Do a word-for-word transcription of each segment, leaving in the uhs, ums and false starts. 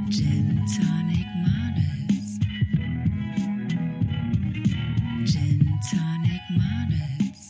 Gin Tonic Models. Gin Tonic Models.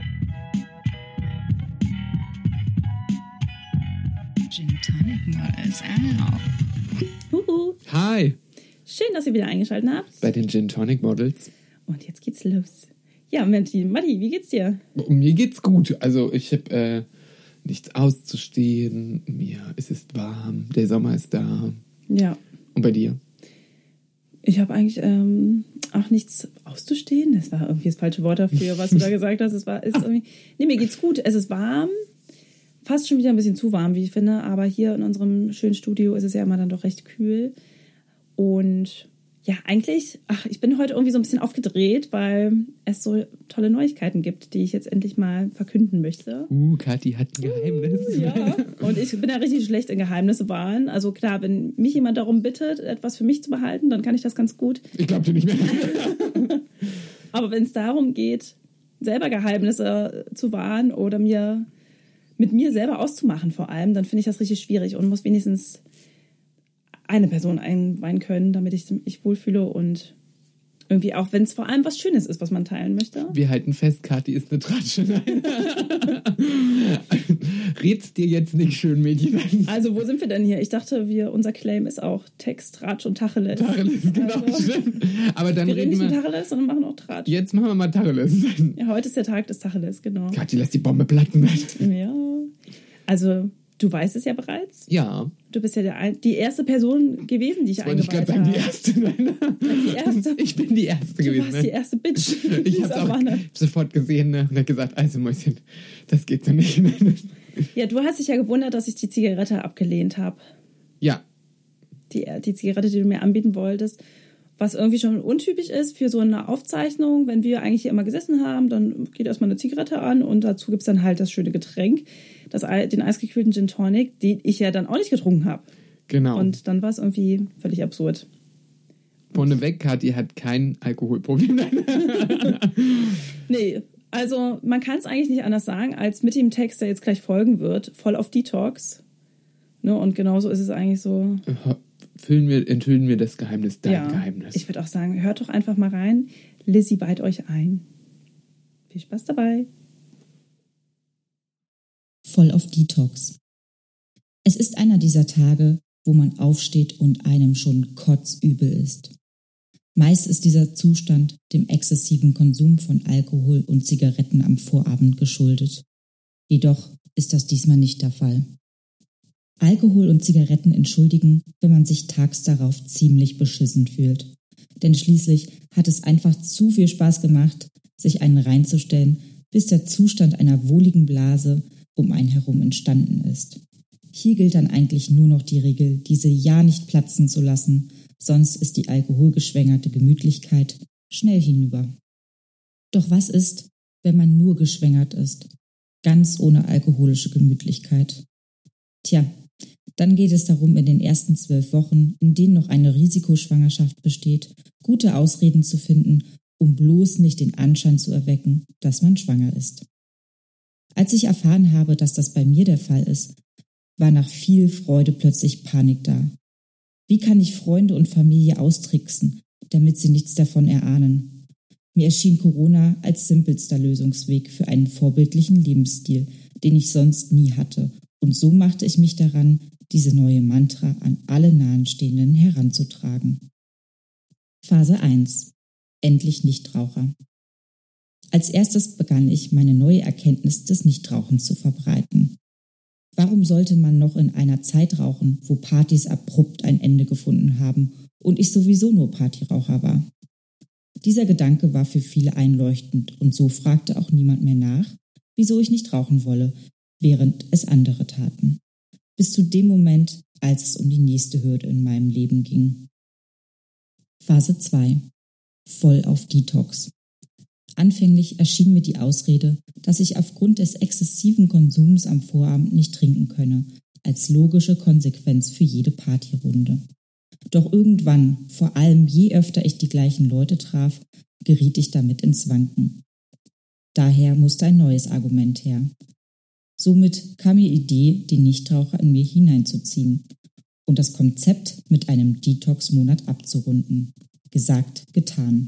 Gin Tonic Models. Au. Huhu. Hi. Schön, dass ihr wieder eingeschaltet habt. Bei den Gin Tonic Models. Und jetzt geht's los. Ja, Matti, Matti, wie geht's dir? Mir geht's gut. Also ich habe äh, nichts auszustehen. Mir es ist warm. Der Sommer ist da. Ja. Und bei dir? Ich habe eigentlich ähm, auch nichts auszustehen. Das war irgendwie das falsche Wort dafür, was du da gesagt hast. Es war, ist irgendwie, nee, mir geht's gut. Es ist warm. Fast schon wieder ein bisschen zu warm, wie ich finde. Aber hier in unserem schönen Studio ist es ja immer dann doch recht kühl. Und ja, eigentlich, ach, ich bin heute irgendwie so ein bisschen aufgedreht, weil es so tolle Neuigkeiten gibt, die ich jetzt endlich mal verkünden möchte. Uh, Kathi hat ein Geheimnis. Uh, ja, und ich bin ja richtig schlecht in Geheimnisse wahren. Also klar, wenn mich jemand darum bittet, etwas für mich zu behalten, dann kann ich das ganz gut. Ich glaube dir nicht mehr. Aber wenn es darum geht, selber Geheimnisse zu wahren oder mir mit mir selber auszumachen vor allem, dann finde ich das richtig schwierig und muss wenigstens eine Person einweihen können, damit ich mich wohlfühle und irgendwie auch, wenn es vor allem was Schönes ist, was man teilen möchte. Wir halten fest, Kathi ist eine Tratsche. Nein. Red's dir jetzt nicht schön, Mädchen. Also, wo sind wir denn hier? Ich dachte, wir, unser Claim ist auch Text, Tratsch und Tacheles. Tacheles, genau. Also, aber dann wir reden reden nicht wir... nur Tacheles, sondern machen auch Tratsch. Jetzt machen wir mal Tacheles. Ja, heute ist der Tag des Tacheles, genau. Kathi, lass die Bombe platzen. Ja, also... Du weißt es ja bereits. Ja. Du bist ja der, die erste Person gewesen, die ich eingeweiht habe. Wollte ich gerade sagen, die erste. Die erste. Ich bin die erste du gewesen. warst ne? die erste Bitch. Ich habe auch hab sofort gesehen, ne? Und habe gesagt, also Mäuschen, das geht so nicht. Ja, du hast dich ja gewundert, dass ich die Zigarette abgelehnt habe. Ja. Die, die Zigarette, die du mir anbieten wolltest. Was irgendwie schon untypisch ist für so eine Aufzeichnung. Wenn wir eigentlich hier immer gesessen haben, dann geht erstmal eine Zigarette an und dazu gibt es dann halt das schöne Getränk, das, den eisgekühlten Gin Tonic, den ich ja dann auch nicht getrunken habe. Genau. Und dann war es irgendwie völlig absurd. Vorneweg, Kathi hat kein Alkoholproblem. Nee, also man kann es eigentlich nicht anders sagen, als mit dem Text, der jetzt gleich folgen wird, voll auf Detox. Ne, und genauso ist es eigentlich so... Füllen wir, enthüllen wir das Geheimnis, dein ja, Geheimnis. Ich würde auch sagen, hört doch einfach mal rein. Lizzie weiht euch ein. Viel Spaß dabei. Voll auf Detox. Es ist einer dieser Tage, wo man aufsteht und einem schon kotzübel ist. Meist ist dieser Zustand dem exzessiven Konsum von Alkohol und Zigaretten am Vorabend geschuldet. Jedoch ist das diesmal nicht der Fall. Alkohol und Zigaretten entschuldigen, wenn man sich tags darauf ziemlich beschissen fühlt. Denn schließlich hat es einfach zu viel Spaß gemacht, sich einen reinzustellen, bis der Zustand einer wohligen Blase um einen herum entstanden ist. Hier gilt dann eigentlich nur noch die Regel, diese ja nicht platzen zu lassen, sonst ist die alkoholgeschwängerte Gemütlichkeit schnell hinüber. Doch was ist, wenn man nur geschwängert ist, ganz ohne alkoholische Gemütlichkeit? Tja, dann geht es darum, in den ersten zwölf Wochen, in denen noch eine Risikoschwangerschaft besteht, gute Ausreden zu finden, um bloß nicht den Anschein zu erwecken, dass man schwanger ist. Als ich erfahren habe, dass das bei mir der Fall ist, war nach viel Freude plötzlich Panik da. Wie kann ich Freunde und Familie austricksen, damit sie nichts davon erahnen? Mir erschien Corona als simpelster Lösungsweg für einen vorbildlichen Lebensstil, den ich sonst nie hatte. Und so machte ich mich daran, diese neue Mantra an alle Nahenstehenden heranzutragen. Phase eins. Endlich Nichtraucher. Als erstes begann ich, meine neue Erkenntnis des Nichtrauchens zu verbreiten. Warum sollte man noch in einer Zeit rauchen, wo Partys abrupt ein Ende gefunden haben und ich sowieso nur Partyraucher war? Dieser Gedanke war für viele einleuchtend und so fragte auch niemand mehr nach, wieso ich nicht rauchen wolle, während es andere taten. Bis zu dem Moment, als es um die nächste Hürde in meinem Leben ging. Phase zwei. Voll auf Detox. Anfänglich erschien mir die Ausrede, dass ich aufgrund des exzessiven Konsums am Vorabend nicht trinken könne, als logische Konsequenz für jede Partyrunde. Doch irgendwann, vor allem je öfter ich die gleichen Leute traf, geriet ich damit ins Wanken. Daher musste ein neues Argument her. Somit kam mir die Idee, den Nichtraucher in mir hineinzuziehen. und das Konzept mit einem Detox-Monat abzurunden. Gesagt, getan.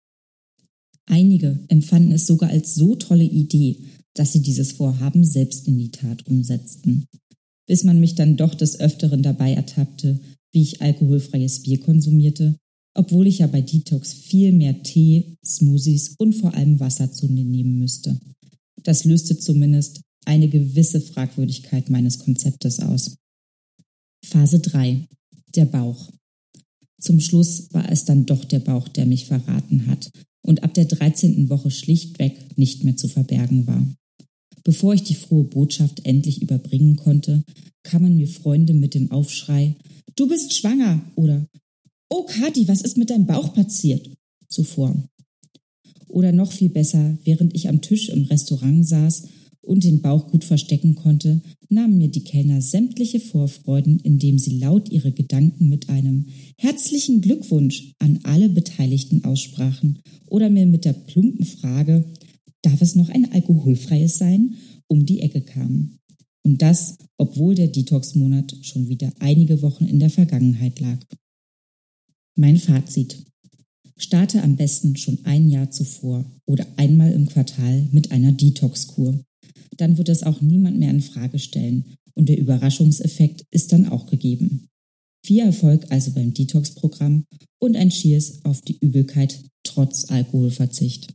Einige empfanden es sogar als so tolle Idee, dass sie dieses Vorhaben selbst in die Tat umsetzten. Bis man mich dann doch des Öfteren dabei ertappte, wie ich alkoholfreies Bier konsumierte, obwohl ich ja bei Detox viel mehr Tee, Smoothies und vor allem Wasser zu mir nehmen müsste. Das löste zumindest eine gewisse Fragwürdigkeit meines Konzeptes aus. Phase drei. Der Bauch. Zum Schluss war es dann doch der Bauch, der mich verraten hat und ab der dreizehnten Woche schlichtweg nicht mehr zu verbergen war. Bevor ich die frohe Botschaft endlich überbringen konnte, kamen mir Freunde mit dem Aufschrei: »Du bist schwanger!« oder »Oh Kathi, was ist mit deinem Bauch passiert?« zuvor. Oder noch viel besser, während ich am Tisch im Restaurant saß und den Bauch gut verstecken konnte, nahmen mir die Kellner sämtliche Vorfreuden, indem sie laut ihre Gedanken mit einem »Herzlichen Glückwunsch« an alle Beteiligten aussprachen oder mir mit der plumpen Frage »Darf es noch ein alkoholfreies sein?« um die Ecke kamen. Und das, obwohl der Detox-Monat schon wieder einige Wochen in der Vergangenheit lag. Mein Fazit: Starte am besten schon ein Jahr zuvor oder einmal im Quartal mit einer Detox-Kur. Dann wird es auch niemand mehr in Frage stellen und der Überraschungseffekt ist dann auch gegeben. Viel Erfolg also beim Detox-Programm und ein Cheers auf die Übelkeit trotz Alkoholverzicht.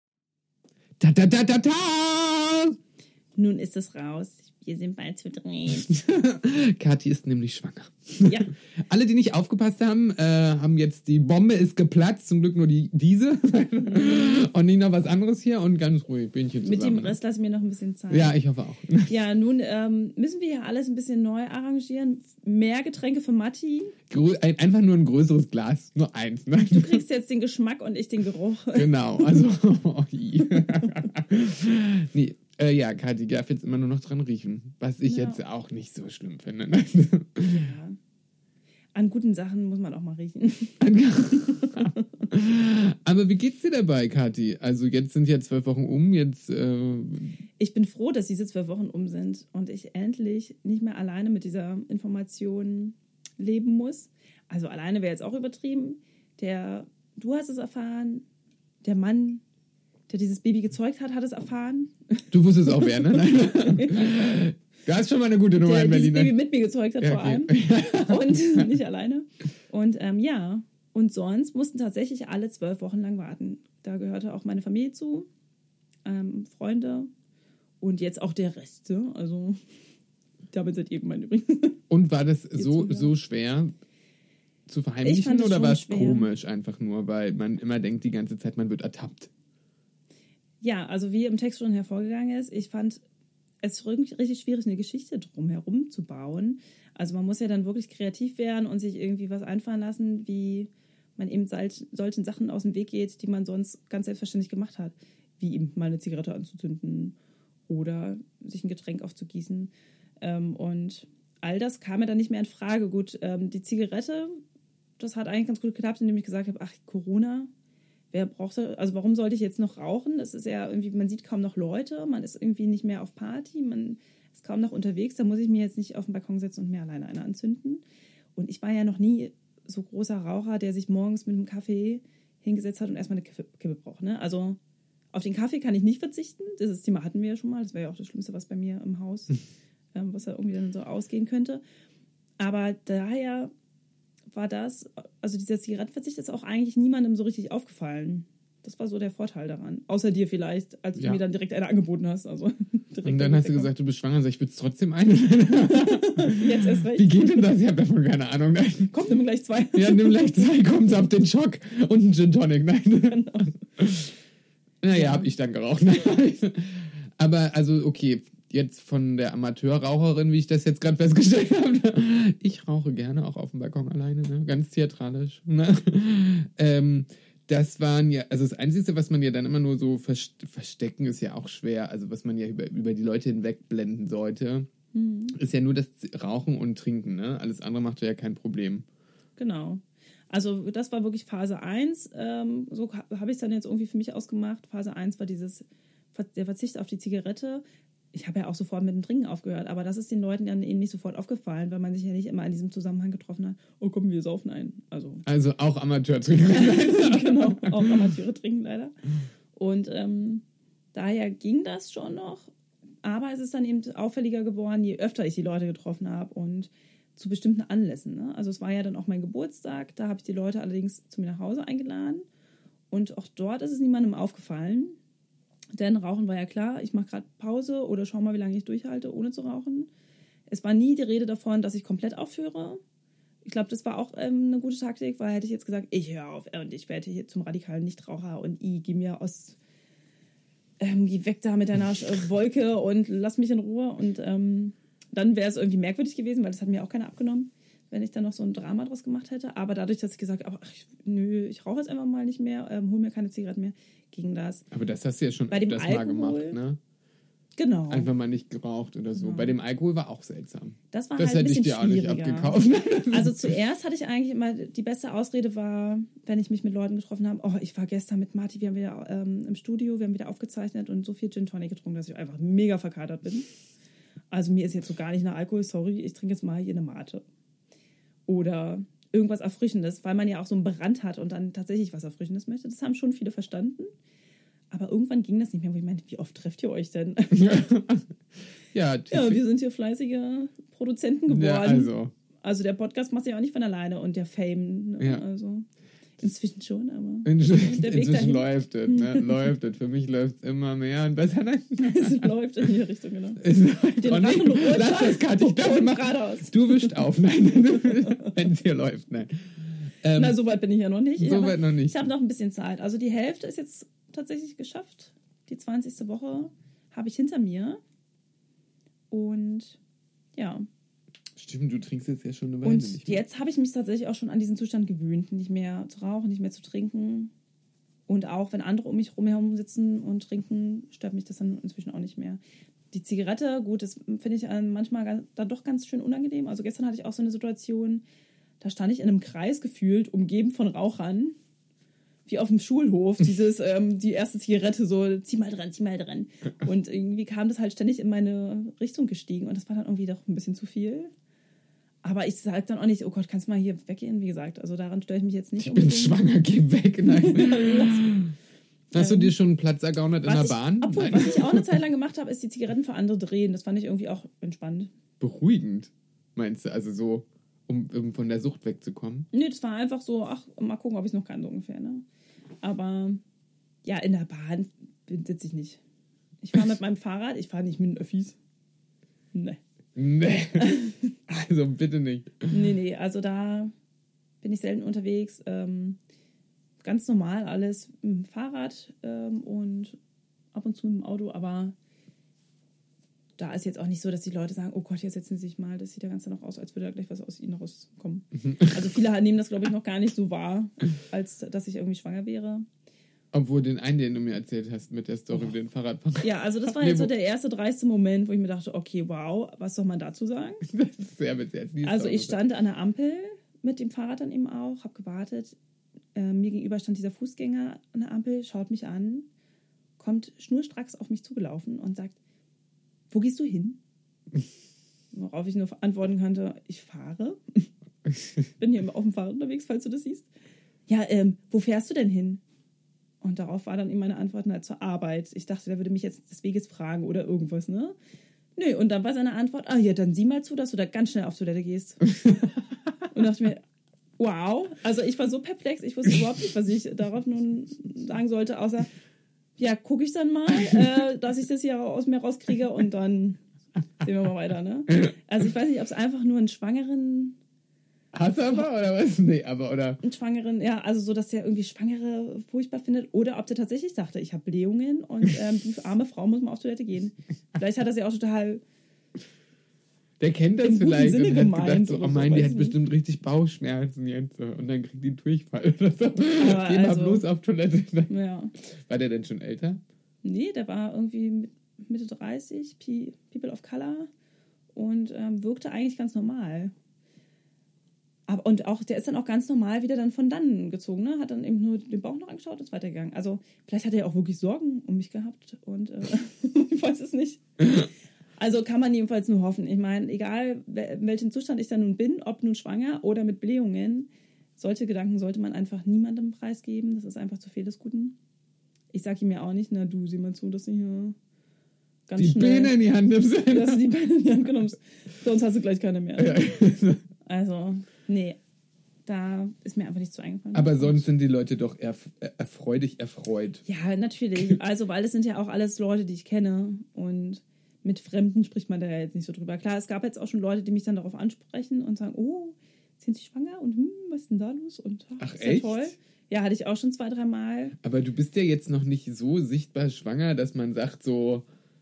Ta ta ta ta ta! Nun ist es raus. Wir sind bald zu drehen. Kathi ist nämlich schwanger. Ja. Alle, die nicht aufgepasst haben, äh, haben jetzt die Bombe ist geplatzt. Zum Glück nur die, diese. Und nicht noch was anderes hier. Und ganz ruhig, Bähnchen zusammen. Mit dem Rest lassen wir noch ein bisschen Zeit. Ja, ich hoffe auch. Ja, nun ähm, müssen wir ja alles ein bisschen neu arrangieren. Mehr Getränke für Matti. Grö- ein, einfach nur ein größeres Glas. Nur eins. Ne? Du kriegst jetzt den Geschmack und ich den Geruch. Genau. Also, oh, nee. Äh, ja, Kathi darf jetzt immer nur noch dran riechen. Was ich Ja. jetzt auch nicht so schlimm finde. Ja. An guten Sachen muss man auch mal riechen. Aber wie geht's dir dabei, Kathi? Also jetzt sind ja zwölf Wochen um, jetzt... Äh Ich bin froh, dass diese zwölf Wochen um sind und ich endlich nicht mehr alleine mit dieser Information leben muss. Also alleine wäre jetzt auch übertrieben. Der, du hast es erfahren, der Mann, der dieses Baby gezeugt hat, hat es erfahren. Du wusstest auch wer, ne? Nein. Du hast schon mal eine gute Nummer Der in Berlin. dieses Baby mit mir gezeugt hat, Ja, vor allem. okay. Und nicht alleine. Und ähm, ja, und sonst mussten tatsächlich alle zwölf Wochen lang warten. Da gehörte auch meine Familie zu, ähm, Freunde und jetzt auch der Rest. Ja? Also damit seid ihr gemeint übrigens. Und war das so, Zuhörer. so schwer zu Ich verheimlichen fand es oder schon war es schwer. komisch einfach nur, weil man immer denkt die ganze Zeit, man wird ertappt? Ja, also wie im Text schon hervorgegangen ist, ich fand es richtig, richtig schwierig, eine Geschichte drumherum zu bauen. Also man muss ja dann wirklich kreativ werden und sich irgendwie was einfallen lassen, wie man eben solch, solchen Sachen aus dem Weg geht, die man sonst ganz selbstverständlich gemacht hat. Wie eben mal eine Zigarette anzuzünden oder sich ein Getränk aufzugießen. Ähm, und all das kam mir dann nicht mehr in Frage. Gut, ähm, die Zigarette, das hat eigentlich ganz gut geklappt, indem ich gesagt habe, ach, Corona, wer brauchte, also warum sollte ich jetzt noch rauchen? Es ist ja irgendwie, man sieht kaum noch Leute, man ist irgendwie nicht mehr auf Party, man ist kaum noch unterwegs, da muss ich mir jetzt nicht auf den Balkon setzen und mir alleine eine anzünden. Und ich war ja noch nie so großer Raucher, der sich morgens mit einem Kaffee hingesetzt hat und erstmal eine Kippe, Kippe braucht. Ne? Also auf den Kaffee kann ich nicht verzichten, das Thema hatten wir ja schon mal, das wäre ja auch das Schlimmste, was bei mir im Haus, ähm, was da irgendwie dann so ausgehen könnte. Aber daher war das, also dieser Zigarettenverzicht ist auch eigentlich niemandem so richtig aufgefallen. Das war so der Vorteil daran. Außer dir vielleicht, als du Ja. mir dann direkt eine angeboten hast. Also direkt Und dann hast du gesagt, du bist schwanger, sag ich, würde es trotzdem eine. jetzt erst recht. Wie geht denn das? Ich habe davon keine Ahnung. Kommt, nimm gleich zwei. Ja, nimm gleich zwei, kommt auf den Schock und einen Gin Tonic. Nein. Genau. Naja, Ja. habe ich dann geraucht. Aber also, okay, jetzt von der Amateurraucherin, wie ich das jetzt gerade festgestellt habe. Ich rauche gerne auch auf dem Balkon alleine, ne? Ganz theatralisch. Ne? Ähm, das waren ja, also das Einzige, was man ja dann immer nur so verste- verstecken, ist ja auch schwer. Also was man ja über, über die Leute hinweg blenden sollte, Mhm. ist ja nur das Rauchen und Trinken. Ne? Alles andere macht ja kein Problem. Genau. Also das war wirklich Phase eins. Ähm, so habe ich es dann jetzt irgendwie für mich ausgemacht. Phase eins war dieses der Verzicht auf die Zigarette. ich habe ja auch sofort mit dem Trinken aufgehört, aber das ist den Leuten dann eben nicht sofort aufgefallen, weil man sich ja nicht immer in diesem Zusammenhang getroffen hat. Oh, komm, wir saufen ein. Also, also auch Amateurtrinker. genau, auch Amateure trinken leider. Und ähm, daher ging das schon noch, aber es ist dann eben auffälliger geworden, je öfter ich die Leute getroffen habe und zu bestimmten Anlässen. Ne? Also es war ja dann auch mein Geburtstag, da habe ich die Leute allerdings zu mir nach Hause eingeladen und auch dort ist es niemandem aufgefallen. Denn Rauchen war ja klar, ich mache gerade Pause oder schau mal, wie lange ich durchhalte, ohne zu rauchen. Es war nie die Rede davon, dass ich komplett aufhöre. Ich glaube, das war auch ähm, eine gute Taktik, weil hätte ich jetzt gesagt, ich höre auf und ich werde hier zum radikalen Nichtraucher und ich geh mir aus, ähm, geh weg da mit deiner äh, Wolke und lass mich in Ruhe. Und ähm, dann wäre es irgendwie merkwürdig gewesen, weil das hat mir auch keiner abgenommen, wenn ich dann noch so ein Drama draus gemacht hätte. Aber dadurch, dass ich gesagt habe, ach, ich, nö, ich rauche jetzt einfach mal nicht mehr, ähm, hol mir keine Zigaretten mehr, ging das. Aber das hast du ja schon Bei dem öfters mal Alkohol, gemacht, ne? Genau. Einfach mal nicht geraucht oder so. Genau. Bei dem Alkohol war auch seltsam. Das war das halt ein hätte ich bisschen dir auch nicht schwieriger. abgekauft. Also zuerst hatte ich eigentlich immer, die beste Ausrede war, wenn ich mich mit Leuten getroffen habe, oh, ich war gestern mit Marti, wir haben wieder ähm, im Studio, wir haben wieder aufgezeichnet und so viel Gin Tonic getrunken, dass ich einfach mega verkatert bin. Also mir ist jetzt so gar nicht nach Alkohol, sorry, ich trinke jetzt mal hier eine Mate. Oder irgendwas Erfrischendes, weil man ja auch so einen Brand hat und dann tatsächlich was Erfrischendes möchte. Das haben schon viele verstanden. Aber irgendwann ging das nicht mehr, wo ich meinte, wie oft trefft ihr euch denn? ja, ja, wir sind hier fleißige Produzenten geworden. Ja, also. Also der Podcast macht sich auch nicht von alleine und der Fame, ne? Ja. Also inzwischen schon, aber inzwischen, der Weg inzwischen dahin. läuft es, ne? läuft es. Für mich läuft es immer mehr und besser. Es läuft in die Richtung, genau. Es läuft. Den Oh, nee, Rachen lass das, Kathi, ich glaube, geradeaus. du wischst auf, nein, wenn es hier läuft, nein. Ähm, Na, so weit bin ich ja noch nicht. So weit noch nicht. Ich habe noch ein bisschen Zeit. Also die Hälfte ist jetzt tatsächlich geschafft. Die zwanzigste Woche habe ich hinter mir. Und ja. Stimmt, du trinkst jetzt ja schon eine Weile Und nicht mehr. jetzt habe ich mich tatsächlich auch schon an diesen Zustand gewöhnt, nicht mehr zu rauchen, nicht mehr zu trinken. Und auch wenn andere um mich herum sitzen und trinken, stört mich das dann inzwischen auch nicht mehr. Die Zigarette, gut, das finde ich manchmal dann doch ganz schön unangenehm. Also gestern hatte ich auch so eine Situation, da stand ich in einem Kreis gefühlt, umgeben von Rauchern, wie auf dem Schulhof, dieses, ähm, die erste Zigarette so, zieh mal dran, zieh mal dran. Und irgendwie kam das halt ständig in meine Richtung gestiegen und das war dann irgendwie doch ein bisschen zu viel. Aber ich sage dann auch nicht, oh Gott, kannst du mal hier weggehen? Wie gesagt, also daran störe ich mich jetzt nicht. Ich bin schwanger, geh weg. Nein. Hast du dir schon einen Platz ergaunert in der ich, Bahn? Obwohl, Nein. was ich auch eine Zeit lang gemacht habe, ist die Zigaretten für andere drehen. Das fand ich irgendwie auch entspannt. Beruhigend, meinst du? Also so, um, um von der Sucht wegzukommen? Nee, das war einfach so, ach, mal gucken, ob ich es noch kann, so ungefähr. Ne? Aber ja, in der Bahn sitze ich nicht. Ich fahre mit meinem Fahrrad, ich fahre nicht mit den Öffis. Nee. Nee, also bitte nicht. Nee, nee, also da bin ich selten unterwegs. Ähm, ganz normal alles mit dem Fahrrad ähm, und ab und zu mit dem Auto, aber da ist jetzt auch nicht so, dass die Leute sagen, oh Gott, jetzt setzen sie sich mal, das sieht ja ganz noch aus, als würde da gleich was aus ihnen rauskommen. Also viele nehmen das, glaube ich, noch gar nicht so wahr, als dass ich irgendwie schwanger wäre. Obwohl den einen, den du mir erzählt hast mit der Story Oh. mit den Fahrradfahrern. Ja, also das war jetzt so der erste dreiste Moment, wo ich mir dachte, okay, wow, was soll man dazu sagen? Das ist sehr besetzt. Also ich stand an der Ampel mit dem Fahrrad dann eben auch, habe gewartet. Äh, mir gegenüber stand dieser Fußgänger an der Ampel, schaut mich an, kommt schnurstracks auf mich zugelaufen und sagt, wo gehst du hin? Worauf ich nur antworten konnte, ich fahre. Bin hier auf dem Fahrrad unterwegs, falls du das siehst. Ja, ähm, wo fährst du denn hin? Und darauf war dann eben meine Antwort, na, zur Arbeit. Ich dachte, der würde mich jetzt des Weges fragen oder irgendwas, ne? Nö, und dann war seine Antwort, ah ja, dann sieh mal zu, dass du da ganz schnell auf Toilette gehst. Und dachte mir, wow. Also ich war so perplex, ich wusste überhaupt nicht, was ich darauf nun sagen sollte, außer, ja, gucke ich dann mal, äh, dass ich das hier aus mir rauskriege und dann sehen wir mal weiter, ne? Also ich weiß nicht, ob es einfach nur einen Schwangeren... Hast du aber, oder was? Nee, aber, oder? Einen Schwangeren, ja, also so, dass der irgendwie Schwangere furchtbar findet. Oder ob der tatsächlich dachte, ich habe Blähungen und ähm, die arme Frau muss mal auf Toilette gehen. Vielleicht hat er sie auch total... Der kennt das im guten vielleicht Sinne und hat gemeint gedacht, so, oder oh so, mein, die weiß hat ich bestimmt richtig Bauchschmerzen jetzt. so. Und dann kriegt die einen Durchfall oder so. Geh mal also- bloß auf Toilette. Ja. War der denn schon älter? Nee, der war irgendwie Mitte dreißig, P- People of Color und ähm, wirkte eigentlich ganz normal. Aber, und auch, der ist dann auch ganz normal wieder dann von dann gezogen, ne? Hat dann eben nur den Bauch noch angeschaut und ist weitergegangen. Also vielleicht hat er ja auch wirklich Sorgen um mich gehabt und äh, ich weiß es nicht. Also kann man jedenfalls nur hoffen. Ich meine, egal in welchem Zustand ich dann nun bin, ob nun schwanger oder mit Blähungen, solche Gedanken sollte man einfach niemandem preisgeben. Das ist einfach zu viel des Guten. Ich sage ihm ja auch nicht, na du, sieh mal zu, dass du hier ganz die schnell... Die Beine in die Hand nimmst. Dass du die Beine in die Hand nimmst. Sonst hast du gleich keine mehr. Ja. Also, nee, da ist mir einfach nicht so eingefallen. Aber sonst sind die Leute doch erf- erfreudig erfreut. Ja, natürlich. Also, weil es sind ja auch alles Leute, die ich kenne. Und mit Fremden spricht man da ja jetzt nicht so drüber. Klar, es gab jetzt auch schon Leute, die mich dann darauf ansprechen und sagen, oh, sind Sie schwanger? Und hm, was ist denn da los? Und ach, Ach, ist ja echt? toll. Ja, hatte ich auch schon zwei, drei Mal. Aber du bist ja jetzt noch nicht so sichtbar schwanger, dass man sagt so...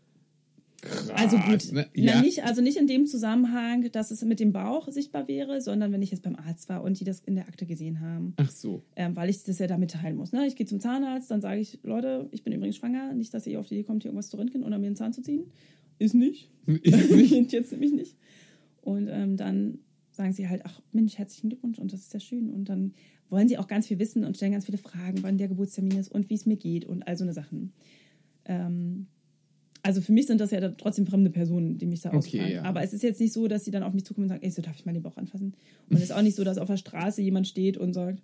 Krass, Also gut, ne? Na, Ja. nicht, also nicht in dem Zusammenhang, dass es mit dem Bauch sichtbar wäre, sondern wenn ich jetzt beim Arzt war und die das in der Akte gesehen haben. Ach so. Ähm, weil ich das ja da mitteilen muss. Ne? Ich gehe zum Zahnarzt, dann sage ich, Leute, ich bin übrigens schwanger. Nicht, dass ihr auf die Idee kommt, hier irgendwas zu röntgen oder mir einen Zahn zu ziehen. Ist nicht. Ist nicht. Jetzt nämlich nicht. Und ähm, dann sagen sie halt, ach Mensch, herzlichen Glückwunsch und das ist ja schön. Und dann wollen sie auch ganz viel wissen und stellen ganz viele Fragen, wann der Geburtstermin ist und wie es mir geht und all so eine Sachen. Ähm, Also für mich sind das ja dann trotzdem fremde Personen, die mich da Okay, ausfragen. ja. Aber es ist jetzt nicht so, dass sie dann auf mich zukommen und sagen, ey, so darf ich mal den Bauch anfassen. Und es ist auch nicht so, dass auf der Straße jemand steht und sagt,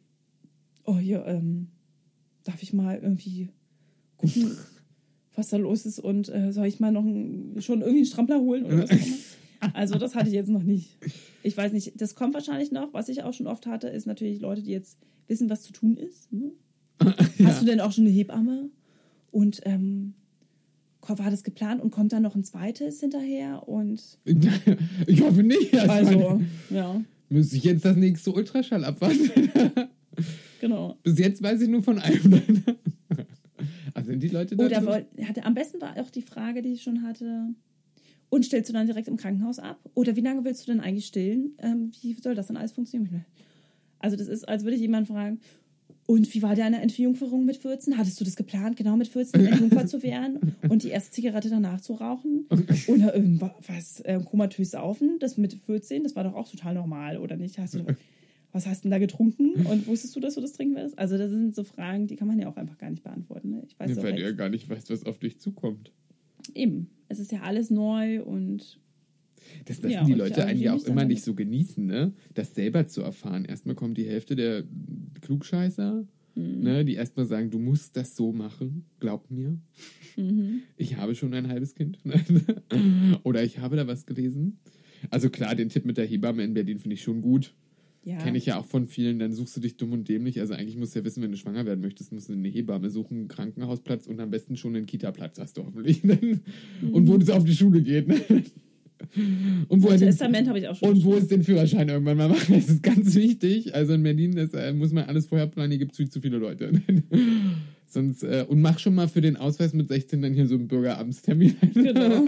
oh hier, ähm, darf ich mal irgendwie gucken, was da los ist und äh, soll ich mal noch einen, schon irgendwie einen Strampler holen oder was auch immer. Also das hatte ich jetzt noch nicht. Ich weiß nicht, das kommt wahrscheinlich noch. Was ich auch schon oft hatte, ist natürlich Leute, die jetzt wissen, was zu tun ist. Ne? Ja. Hast du denn auch schon eine Hebamme? Und ähm, war das geplant und kommt dann noch ein zweites hinterher? Und Ich hoffe nicht. also, ja, Müsste ich jetzt das nächste Ultraschall abwarten? genau. Bis jetzt weiß ich nur von einem. Also sind die Leute da Oder so- woll- hatte, am besten war auch die Frage, die ich schon hatte, und stellst du dann direkt im Krankenhaus ab? Oder wie lange willst du denn eigentlich stillen? Ähm, wie soll das dann alles funktionieren? Also das ist, als würde ich jemanden fragen, und wie war deine Entjungferung mit vierzehn? Hattest du das geplant, genau mit vierzehn entjungfert zu werden und die erste Zigarette danach zu rauchen? Oder irgendwas äh, komatös saufen? Das mit vierzehn, das war doch auch total normal, oder nicht? Hast du, was hast du denn da getrunken? Und wusstest du, dass du das trinken wirst? Also das sind so Fragen, die kann man ja auch einfach gar nicht beantworten. Ne? Ich weiß Ja, doch weil du jetzt. ja gar nicht weißt, was auf dich zukommt. Eben, es ist ja alles neu und Das lassen Ja, die und Leute ja, einen die ja auch nicht dann immer damit. nicht so genießen, ne? Das selber zu erfahren. Erstmal kommt die Hälfte der Klugscheißer, Mhm. ne? Die erstmal sagen, du musst das so machen, glaub mir. mhm. Ich habe schon ein halbes Kind. Oder ich habe da was gelesen. Also klar, den Tipp mit der Hebamme in Berlin finde ich schon gut. Ja. Kenne ich ja auch von vielen, dann suchst du dich dumm und dämlich. Also eigentlich musst du ja wissen, wenn du schwanger werden möchtest, musst du eine Hebamme suchen, einen Krankenhausplatz und am besten schon einen Kita-Platz hast du hoffentlich. Und wo es auf die Schule geht. Ne? Und, wo er Ein den, Testament habe ich auch schon. und wo es den Führerschein irgendwann mal macht. Das ist ganz wichtig. Also in Berlin das, äh, muss man alles vorher planen, hier gibt es viel zu viele Leute. Sonst, äh, und mach schon mal für den Ausweis mit sechzehn dann hier so einen Bürgeramtstermin. Genau.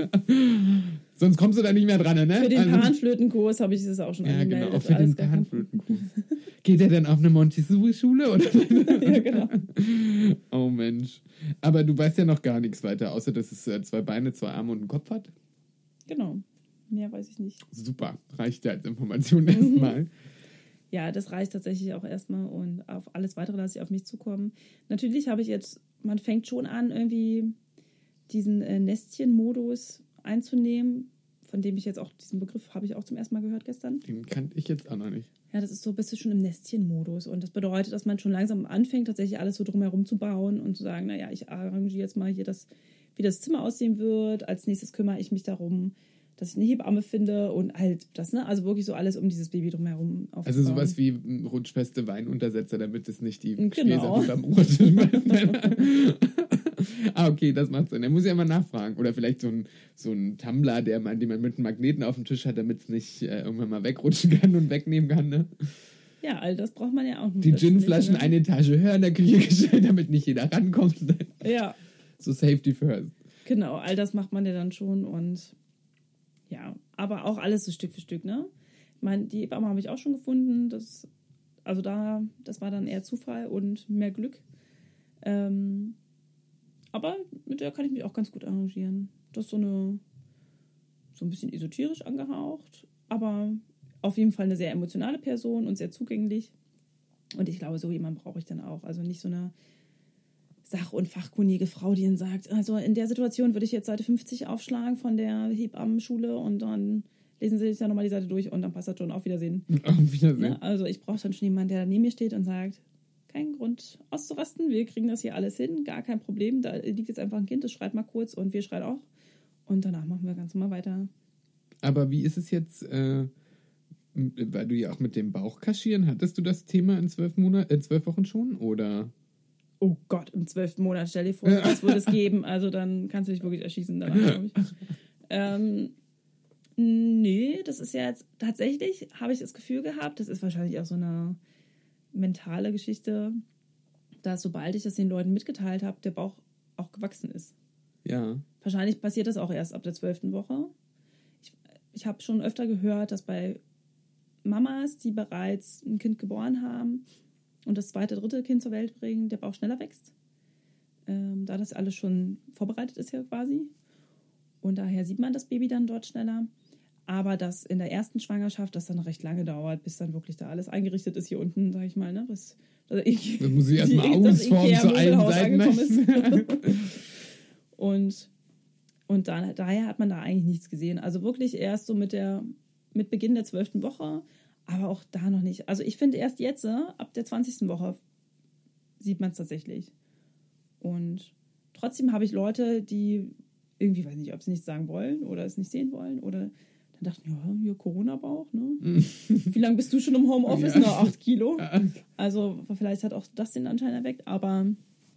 Sonst kommst du da nicht mehr dran, ne? Für den Also- Panflötenkurs habe ich das auch schon Ja, angemeldet. genau, auch für alles den gar kein Panflötenkurs. Geht er dann auf eine Montessori-Schule? Oder? Problem. Ja, genau. Oh Mensch. Aber du weißt ja noch gar nichts weiter, außer dass es äh, zwei Beine, zwei Arme und einen Kopf hat. Genau. Mehr weiß ich nicht. Super, reicht ja als Information erstmal. Ja, das reicht tatsächlich auch erstmal und auf alles weitere lasse ich auf mich zukommen. Natürlich habe ich jetzt, man fängt schon an, irgendwie diesen äh, Nestchen-Modus einzunehmen, von dem ich jetzt auch, diesen Begriff habe ich auch zum ersten Mal gehört gestern. Den kannte ich jetzt auch noch nicht. Ja, das ist so, bist du schon im Nestchen-Modus und das bedeutet, dass man schon langsam anfängt, tatsächlich alles so drumherum zu bauen und zu sagen, naja, ich arrangiere jetzt mal hier das, wie das Zimmer aussehen wird. Als nächstes kümmere ich mich darum, dass ich eine Hebamme finde und halt das, ne? Also wirklich so alles um dieses Baby drumherum aufzubauen. Also sowas wie mm, rutschfeste Weinuntersetzer, damit es nicht die Genau. Gläser am Rutschen schmeißt. Ah, okay, das macht Sinn. Er muss ja mal nachfragen. Oder vielleicht so ein, so ein Tumbler, der man, den man mit einem Magneten auf dem Tisch hat, damit es nicht äh, irgendwann mal wegrutschen kann und wegnehmen kann. Ne? Ja, all das braucht man ja auch. Die Ginflaschen ne? eine Etage höher in der Küche gestellt, damit nicht jeder rankommt. Ja, So Safety first. genau, all das macht man ja dann schon und ja, aber auch alles so Stück für Stück, ne? Ich meine, die Hebamme habe ich auch schon gefunden, das, also da, das war dann eher Zufall und mehr Glück. Ähm, aber mit der kann ich mich auch ganz gut arrangieren. Das ist so eine, so ein bisschen esoterisch angehaucht, aber auf jeden Fall eine sehr emotionale Person und sehr zugänglich. Und ich glaube, so jemanden brauche ich dann auch. Also nicht so eine sach- und fachkundige Frau, die dann sagt, also in der Situation würde ich jetzt Seite fünfzig aufschlagen von der Hebammenschule und dann lesen Sie sich dann nochmal die Seite durch und dann passt das schon. Auf Wiedersehen. Auf Wiedersehen. Ja, also ich brauche dann schon jemanden, der neben mir steht und sagt, kein Grund auszurasten, wir kriegen das hier alles hin, gar kein Problem. Da liegt jetzt einfach ein Kind, das schreit mal kurz und wir schreien auch. Und danach machen wir ganz normal weiter. Aber wie ist es jetzt, äh, weil du ja auch mit dem Bauch kaschieren, hattest du das Thema in zwölf Monaten, äh, zwölf Wochen schon, oder? Oh Gott, im zwölften Monat, stell dir vor, was würde es geben? Also dann kannst du dich wirklich erschießen danach, glaube ich. ähm, nee, das ist ja jetzt, tatsächlich habe ich das Gefühl gehabt, das ist wahrscheinlich auch so eine mentale Geschichte, dass sobald ich das den Leuten mitgeteilt habe, der Bauch auch gewachsen ist. Ja. Wahrscheinlich passiert das auch erst ab der zwölften Woche. Ich, ich habe schon öfter gehört, dass bei Mamas, die bereits ein Kind geboren haben und das zweite, dritte Kind zur Welt bringen, der Bauch schneller wächst. Ähm, da das alles schon vorbereitet ist ja quasi. Und daher sieht man das Baby dann dort schneller. Aber dass in der ersten Schwangerschaft das dann recht lange dauert, bis dann wirklich da alles eingerichtet ist hier unten, sage ich mal. Ne? Bis, also ich, das muss ich erstmal ausformen zu allen Seiten. und und dann, daher hat man da eigentlich nichts gesehen. Also wirklich erst so mit, der, mit Beginn der zwölften Woche, aber auch da noch nicht. Also ich finde erst jetzt, ab der zwanzigsten Woche, sieht man es tatsächlich. Und trotzdem habe ich Leute, die irgendwie, weiß nicht, ob sie nichts sagen wollen oder es nicht sehen wollen oder dann dachten, ja, hier Corona-Bauch, ne? Wie lange bist du schon im Homeoffice? Ja. Na, acht Kilo. Also vielleicht hat auch das den Anschein erweckt, aber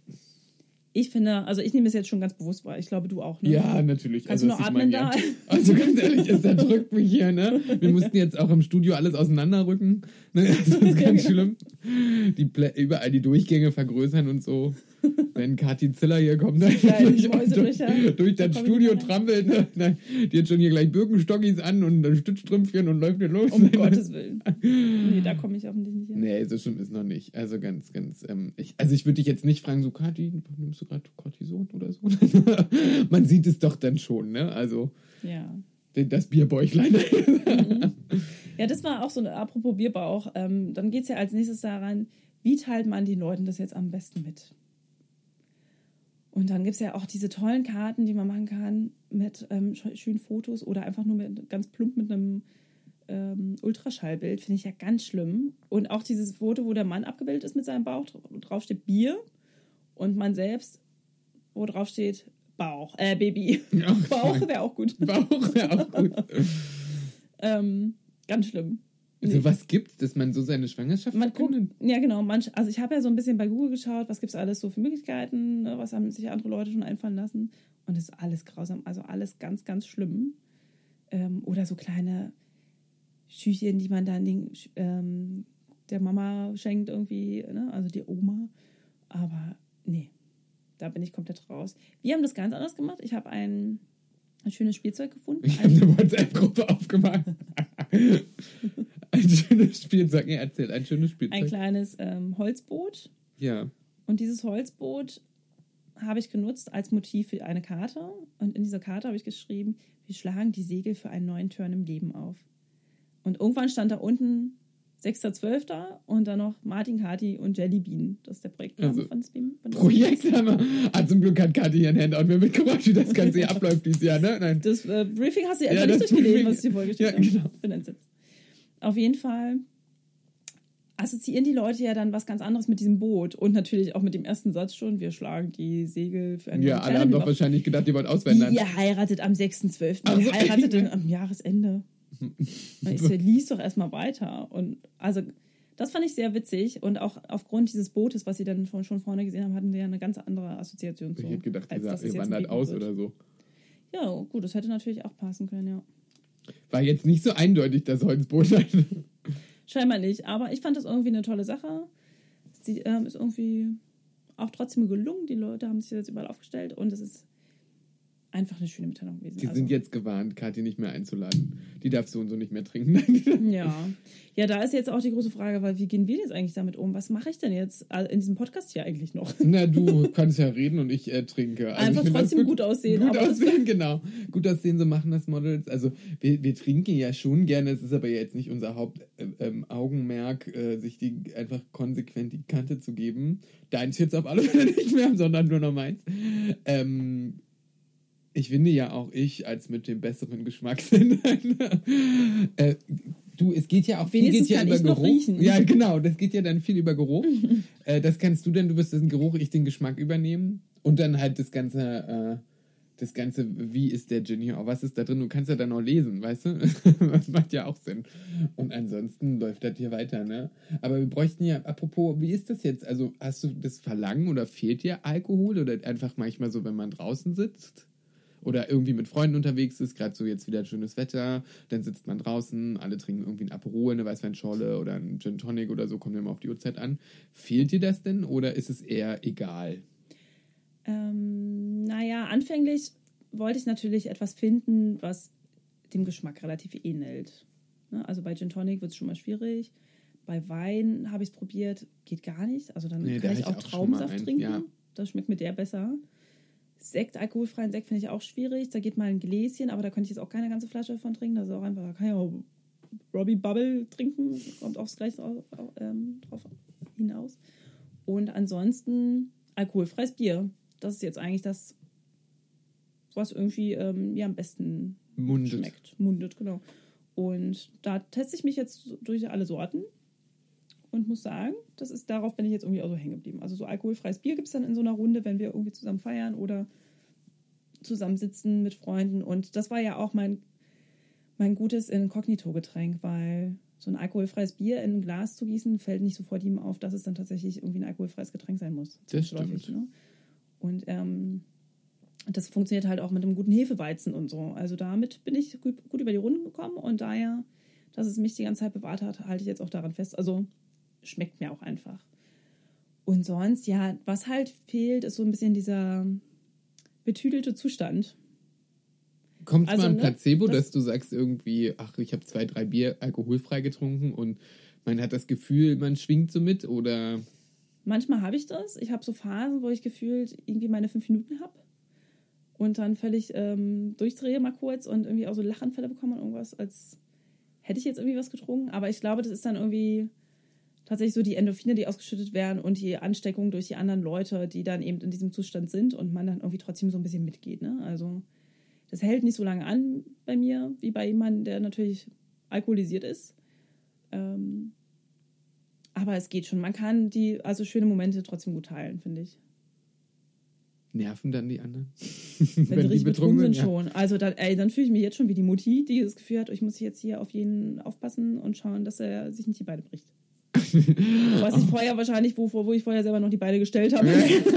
ich finde, also ich nehme es jetzt schon ganz bewusst wahr. Ich glaube, du auch, ne? Ja, natürlich. Kannst also, du noch atmen da? Also ganz ehrlich, es erdrückt mich hier, ne? Wir mussten jetzt auch im Studio alles auseinanderrücken. Ne? Das ist ganz schlimm. Die Plä- überall die Durchgänge vergrößern und so. Wenn Kathi Ziller hier kommt, ne? durch, durch, durch das Studio trampelt, ne? Nein, die hat schon hier gleich Birkenstockis an und ein Stützstrümpfchen und läuft hier los. Um Gottes Willen. Nee, da komme ich hoffentlich nicht hin. Nee, so schlimm ist noch nicht. Also ganz, ganz, ähm, ich, also ich würde dich jetzt nicht fragen, so Kathi, nimmst du gerade Cortison oder so? Man sieht es doch dann schon, ne? Also ja. Das Bierbäuchlein. Mhm. Ja, das war auch so eine, apropos Bierbauch, ähm, dann geht es ja als nächstes daran, wie teilt man den Leuten das jetzt am besten mit? Und dann gibt es ja auch diese tollen Karten, die man machen kann mit ähm, schönen Fotos oder einfach nur mit, ganz plump mit einem ähm, Ultraschallbild. Finde ich ja ganz schlimm. Und auch dieses Foto, wo der Mann abgebildet ist mit seinem Bauch, drauf steht Bier und man selbst, wo drauf steht Bauch, äh, Baby. Ja, Bauch wäre auch gut. Bauch wäre auch gut. ähm, ganz schlimm. Also Nee. was gibt's, dass man so seine Schwangerschaft Man guckt, verkündet? ja genau, manch, also ich habe ja so ein bisschen bei Google geschaut, was gibt es alles so für Möglichkeiten, ne, was haben sich andere Leute schon einfallen lassen und es ist alles grausam, also alles ganz, ganz schlimm. Ähm, oder so kleine Schüchchen, die man dann den, ähm, der Mama schenkt irgendwie, ne, also die Oma, aber nee, da bin ich komplett raus. Wir haben das ganz anders gemacht, ich habe ein, ein schönes Spielzeug gefunden. Ich habe eine WhatsApp-Gruppe aufgemacht. Ein schönes Spielzeug. Ja, erzähl, ein schönes Spielzeug. Ein kleines ähm, Holzboot. Ja. Und dieses Holzboot habe ich genutzt als Motiv für eine Karte. Und in dieser Karte habe ich geschrieben, wir schlagen die Segel für einen neuen Turn im Leben auf. Und irgendwann stand da unten sechster zwölfter und dann noch Martin, Kathi und Jellybean. Das ist der Projektname Also, von Steam. Von Projektname. Ah, zum Glück hat Kathi hier ein Handout mir mitgebracht, wie das Ganze hier abläuft dieses Jahr, ne? Nein. Das äh, Briefing hast du ja Ja, einfach nicht das durchgelesen, Briefing- was ich dir vorgestellt Ja, habe. genau. Ich bin entsetzt. Auf jeden Fall assoziieren die Leute ja dann was ganz anderes mit diesem Boot und natürlich auch mit dem ersten Satz schon, wir schlagen die Segel für einen Ja, neuen alle Turn haben im doch Leben auf. wahrscheinlich gedacht, die wollen auswandern. Ihr heiratet am sechster zwölfter Ach so. Ihr heiratet dann am Jahresende. Und ich so, lies doch erstmal weiter. Und also, das fand ich sehr witzig. Und auch aufgrund dieses Bootes, was sie dann von, schon vorne gesehen haben, hatten sie ja eine ganz andere Assoziation zu. Ich hätte gedacht, als ihr, dass es ihr jetzt ein wandert Baby aus wird. oder so. Ja, gut, das hätte natürlich auch passen können, ja. War jetzt nicht so eindeutig, das Holzboot. Scheinbar nicht. Aber ich fand das irgendwie eine tolle Sache. Sie ähm, ist irgendwie auch trotzdem gelungen. Die Leute haben sich jetzt überall aufgestellt. Und es ist einfach eine schöne Mitteilung gewesen. Die also. sind jetzt gewarnt, Kathi nicht mehr einzuladen. Die darf so und so nicht mehr trinken. Ja. Ja, da ist jetzt auch die große Frage, weil wie gehen wir jetzt eigentlich damit um? Was mache ich denn jetzt in diesem Podcast hier eigentlich noch? Na, du kannst ja reden und ich äh, trinke. Also Einfach ich trotzdem gut, gut aussehen. Gut aber aussehen, genau. Gut aussehen, so machen das Models. Also wir, wir trinken ja schon gerne, es ist aber jetzt nicht unser Hauptaugenmerk, äh, äh, sich die einfach konsequent die Kante zu geben. Deins jetzt auf alle Fälle nicht mehr, sondern nur noch meins. Ähm... Ich finde ja auch ich als mit dem besseren Geschmackssinn. äh, du, es geht ja auch viel geht ja über Geruch. Riechen. Ja, genau, das geht ja dann viel über Geruch. äh, das kannst du denn, du wirst den Geruch, ich den Geschmack übernehmen. Und dann halt das ganze, äh, das ganze, wie ist der Gin hier? Was ist da drin? Du kannst ja dann auch lesen, weißt du? Das macht ja auch Sinn. Und ansonsten läuft das hier weiter, ne? Aber wir bräuchten ja, apropos, wie ist das jetzt? Also hast du das Verlangen oder fehlt dir Alkohol? Oder einfach manchmal so, wenn man draußen sitzt? Oder irgendwie mit Freunden unterwegs ist, gerade so jetzt wieder schönes Wetter, dann sitzt man draußen, alle trinken irgendwie ein Aperol, eine Weißweinschorle oder ein Gin Tonic oder so, kommt immer auf die Uhrzeit an. Fehlt dir das denn oder ist es eher egal? Ähm, naja, anfänglich wollte ich natürlich etwas finden, was dem Geschmack relativ ähnelt. Ne? Also bei Gin Tonic wird es schon mal schwierig. Bei Wein habe ich es probiert, geht gar nicht. Also dann nee, kann ich auch, auch Traubensaft trinken. Ja. Das schmeckt mir der besser. Sekt, alkoholfreien Sekt finde ich auch schwierig. Da geht mal ein Gläschen, aber da könnte ich jetzt auch keine ganze Flasche davon trinken. Das ist auch einfach, da kann ich auch Robbie Bubble trinken. Kommt aufs Gleiche drauf, ähm, drauf hinaus. Und ansonsten alkoholfreies Bier. Das ist jetzt eigentlich das, was irgendwie ähm, ja, am besten Mundet. schmeckt. Mundet, genau. Und da teste ich mich jetzt durch alle Sorten. Und muss sagen, das ist, darauf bin ich jetzt irgendwie auch so hängen geblieben. Also so alkoholfreies Bier gibt es dann in so einer Runde, wenn wir irgendwie zusammen feiern oder zusammensitzen mit Freunden. Und das war ja auch mein, mein gutes Inkognito-Getränk, weil so ein alkoholfreies Bier in ein Glas zu gießen, fällt nicht sofort ihm auf, dass es dann tatsächlich irgendwie ein alkoholfreies Getränk sein muss. Das stimmt. Ne? Und ähm, das funktioniert halt auch mit einem guten Hefeweizen und so. Also damit bin ich gut, gut über die Runden gekommen und daher, dass es mich die ganze Zeit bewahrt hat, halte ich jetzt auch daran fest. Also schmeckt mir auch einfach. Und sonst, ja, was halt fehlt, ist so ein bisschen dieser betüdelte Zustand. Kommt also, mal ein ne, Placebo, das, dass du sagst irgendwie, ach, ich habe zwei, drei Bier alkoholfrei getrunken und man hat das Gefühl, man schwingt so mit, oder? Manchmal habe ich das. Ich habe so Phasen, wo ich gefühlt irgendwie meine fünf Minuten habe und dann völlig ähm, durchdrehe mal kurz und irgendwie auch so Lachanfälle bekomme und irgendwas, als hätte ich jetzt irgendwie was getrunken. Aber ich glaube, das ist dann irgendwie tatsächlich so die Endorphine, die ausgeschüttet werden und die Ansteckung durch die anderen Leute, die dann eben in diesem Zustand sind und man dann irgendwie trotzdem so ein bisschen mitgeht. Ne? Also das hält nicht so lange an bei mir, wie bei jemandem, der natürlich alkoholisiert ist. Ähm, aber es geht schon. Man kann die, also schöne Momente trotzdem gut teilen, finde ich. Nerven dann die anderen? Wenn, Wenn sie richtig betrunken sind, ja. Schon. Also dann, ey, dann fühle ich mich jetzt schon wie die Mutti, die das Gefühl hat, ich muss jetzt hier auf jeden aufpassen und schauen, dass er sich nicht die Beine bricht. Was ich vorher wahrscheinlich, wo, wo ich vorher selber noch die Beine gestellt habe.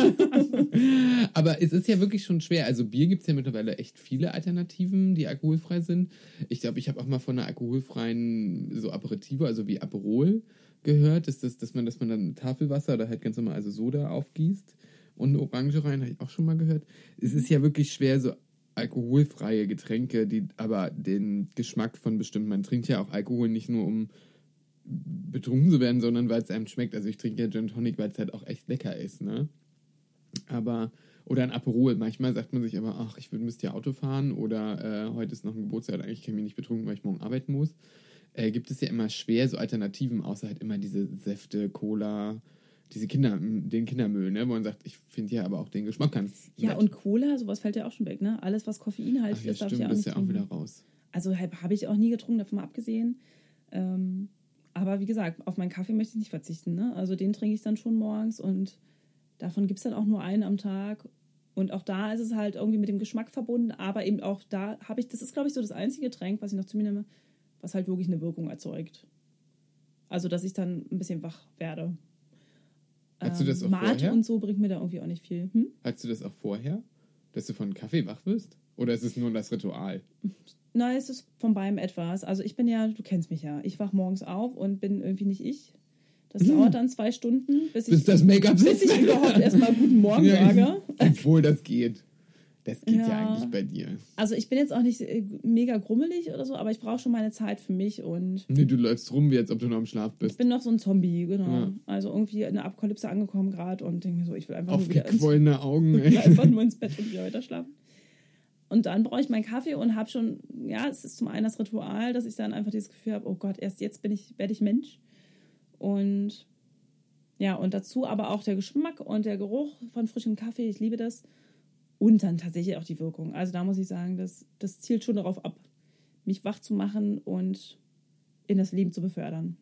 Aber es ist ja wirklich schon schwer. Also Bier gibt es ja mittlerweile echt viele Alternativen, die alkoholfrei sind. Ich glaube, ich habe auch mal von einer alkoholfreien so Aperitivo, also wie Aperol, gehört, dass, das, dass, man, dass man dann Tafelwasser oder halt ganz normal also Soda aufgießt und eine Orange rein, habe ich auch schon mal gehört. Es ist ja wirklich schwer, so alkoholfreie Getränke, die aber den Geschmack von bestimmten, man trinkt ja auch Alkohol nicht nur um betrunken zu werden, sondern weil es einem schmeckt. Also ich trinke ja Gin Tonic, weil es halt auch echt lecker ist, ne? Aber, oder ein Aperol. Manchmal sagt man sich aber, ach, ich müsste ja Auto fahren oder äh, heute ist noch ein Geburtstag, eigentlich kann ich mich nicht betrunken, weil ich morgen arbeiten muss. Äh, gibt es ja immer schwer so Alternativen, außer halt immer diese Säfte, Cola, diese Kinder, den Kindermüll, ne? Wo man sagt, ich finde ja aber auch den Geschmack ganz Ja, nett. Und Cola, sowas fällt ja auch schon weg, ne? Alles, was koffeinhaltig ach, ja, ist, darf stimmt, ich ja auch bist nicht ja auch trinken. wieder raus. Also habe ich auch nie getrunken, davon mal abgesehen. Ähm, aber wie gesagt, auf meinen Kaffee möchte ich nicht verzichten, ne? Also den trinke ich dann schon morgens und davon gibt es dann auch nur einen am Tag. Und auch da ist es halt irgendwie mit dem Geschmack verbunden, aber eben auch da habe ich, das ist glaube ich so das einzige Getränk, was ich noch zu mir nehme, was halt wirklich eine Wirkung erzeugt. Also, dass ich dann ein bisschen wach werde. Hast du das auch Mate vorher? und so bringt mir da irgendwie auch nicht viel. Hm? Hast du das auch vorher? Dass du von Kaffee wach wirst? Oder ist es nur das Ritual? Nein, es ist von beidem etwas. Also ich bin ja, du kennst mich ja, ich wach morgens auf und bin irgendwie nicht ich. Das hm. dauert dann zwei Stunden, bis, bis ich, das Make-up bis ich überhaupt erstmal guten Morgen ja, sage. Obwohl das geht. Das geht ja. Ja. eigentlich bei dir. Also ich bin jetzt auch nicht äh, mega grummelig oder so, aber ich brauche schon meine Zeit für mich und Nee, du läufst rum, wie als ob du noch im Schlaf ich bist. bin noch so ein Zombie, genau. Ja. Also irgendwie in der Apokalypse angekommen gerade und denke mir so, ich will einfach nur wieder ins, Aufgequollene Augen, ey. einfach nur ins Bett und wieder weiter schlafen. Und dann brauche ich meinen Kaffee und habe schon, ja, es ist zum einen das Ritual, dass ich dann einfach dieses Gefühl habe, oh Gott, erst jetzt bin ich, werde ich Mensch. Und ja, und dazu aber auch der Geschmack und der Geruch von frischem Kaffee, ich liebe das. Und dann tatsächlich auch die Wirkung. Also da muss ich sagen, das, das zielt schon darauf ab, mich wach zu machen und in das Leben zu befördern.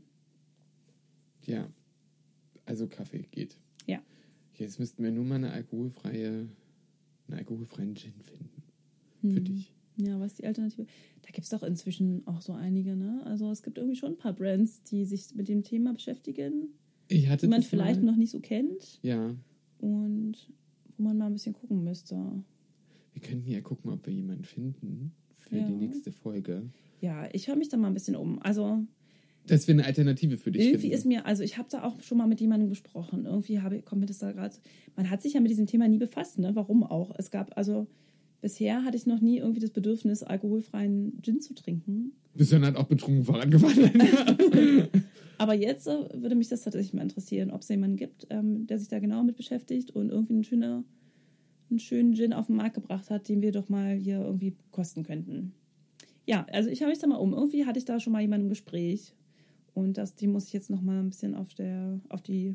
Ja, also Kaffee geht. Ja. Jetzt müssten wir nur mal eine alkoholfreie, einen alkoholfreien Gin finden. Für Hm. dich. Ja, was ist die Alternative? Da gibt es doch inzwischen auch so einige, ne? Also es gibt irgendwie schon ein paar Brands, die sich mit dem Thema beschäftigen, Ich hatte die man das vielleicht mal. noch nicht so kennt Ja, und wo man mal ein bisschen gucken müsste. wir könnten ja gucken, ob wir jemanden finden für Ja. die nächste Folge. Ja, ich höre mich da mal ein bisschen um. Also Dass wir eine Alternative für dich irgendwie finden. ist mir, also ich habe da auch schon mal mit jemandem gesprochen. Irgendwie habe, kommt mir das da gerade. Man hat sich ja mit diesem Thema nie befasst, ne? Warum auch? Es gab, also bisher hatte ich noch nie irgendwie das Bedürfnis, alkoholfreien Gin zu trinken. Bist dann halt auch betrunken Fahrrad gefahren. Aber jetzt äh, würde mich das tatsächlich mal interessieren, ob es jemanden gibt, ähm, der sich da genau mit beschäftigt und irgendwie einen schönen, einen schönen Gin auf den Markt gebracht hat, den wir doch mal hier irgendwie kosten könnten. Ja, also ich habe mich da mal um. Irgendwie hatte ich da schon mal jemanden im Gespräch. Und das, die muss ich jetzt noch mal ein bisschen auf der, auf die,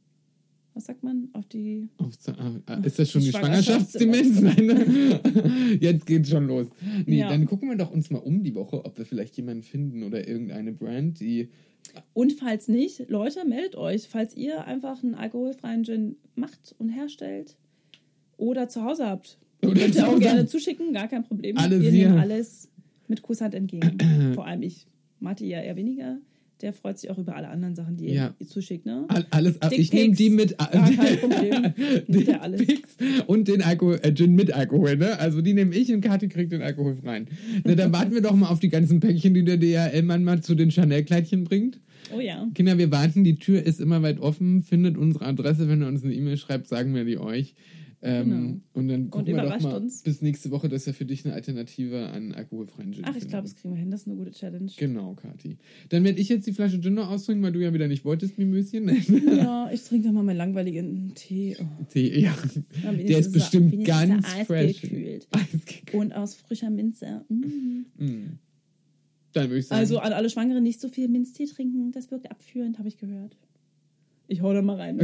was sagt man? Auf die... Auf, ah, ist das schon die, Die Schwangerschaftsdemenz? Nein, ne? Jetzt geht's schon los. Nee, Ja. dann gucken wir doch uns mal um die Woche, ob wir vielleicht jemanden finden oder irgendeine Brand, die... Und falls nicht, Leute, meldet euch. Falls ihr einfach einen alkoholfreien Gin macht und herstellt oder zu Hause habt, Oder könnt zu ihr auch Hause. gerne zuschicken, gar kein Problem. Alles Wir hier. nehmen alles mit Kusshand entgegen. Vor allem ich. Matti ja eher weniger. Der freut sich auch über alle anderen Sachen, die Ja. ihr zuschickt, ne? All- Alles, Dickpics. ich nehme die mit... Gar kein Problem. Nimmt ja alles. Dickpics und den Alkohol, äh, Gin mit Alkohol, ne? Also die nehme ich und Kathi kriegt den alkoholfreien. Na, dann warten wir doch mal auf die ganzen Päckchen, die der D H L-Mann mal zu den Chanel-Kleidchen bringt. Oh ja. Kinder, wir warten, die Tür ist immer weit offen, findet unsere Adresse, wenn ihr uns eine E-Mail schreibt, sagen wir die euch. Ähm, Genau. Und dann gucken wir doch überrascht mal uns. bis nächste Woche, dass wir für dich eine Alternative an alkoholfreien Gin Ach, ich finden. glaube, das kriegen wir hin. Das ist eine gute Challenge. Genau, Kathi. Dann werde ich jetzt die Flasche Gin noch austrinken, weil du ja wieder nicht wolltest, Mimöschen. Ja, ich trinke doch mal meinen langweiligen Tee. Oh. Tee, ja. Ja, wenigstens Der ist er- bestimmt wenigstens ist ganz er fresh. eisgekühlt. Eisgekühlt. Und aus frischer Minze. Mm. Mm. Dann würde ich sagen, Also an alle Schwangeren nicht so viel Minztee trinken. Das wirkt abführend, habe ich gehört. Ich hau da mal rein.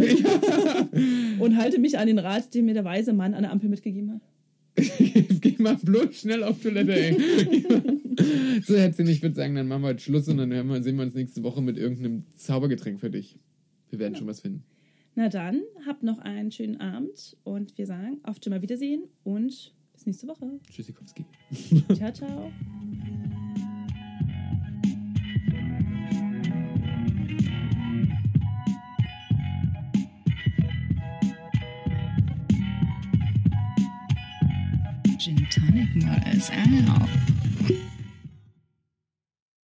Und halte mich an den Rat, den mir der weise Mann an der Ampel mitgegeben hat. geh mal bloß schnell auf Toilette, ey. So, Herzchen, ich würde sagen, dann machen wir jetzt Schluss und dann hören wir, sehen wir uns nächste Woche mit irgendeinem Zaubergetränk für dich. Wir werden Ja. schon was finden. Na dann, habt noch einen schönen Abend und wir sagen auf Mal Wiedersehen und bis nächste Woche. Tschüssikowski. Ciao, ciao. Gin Tonic Models out.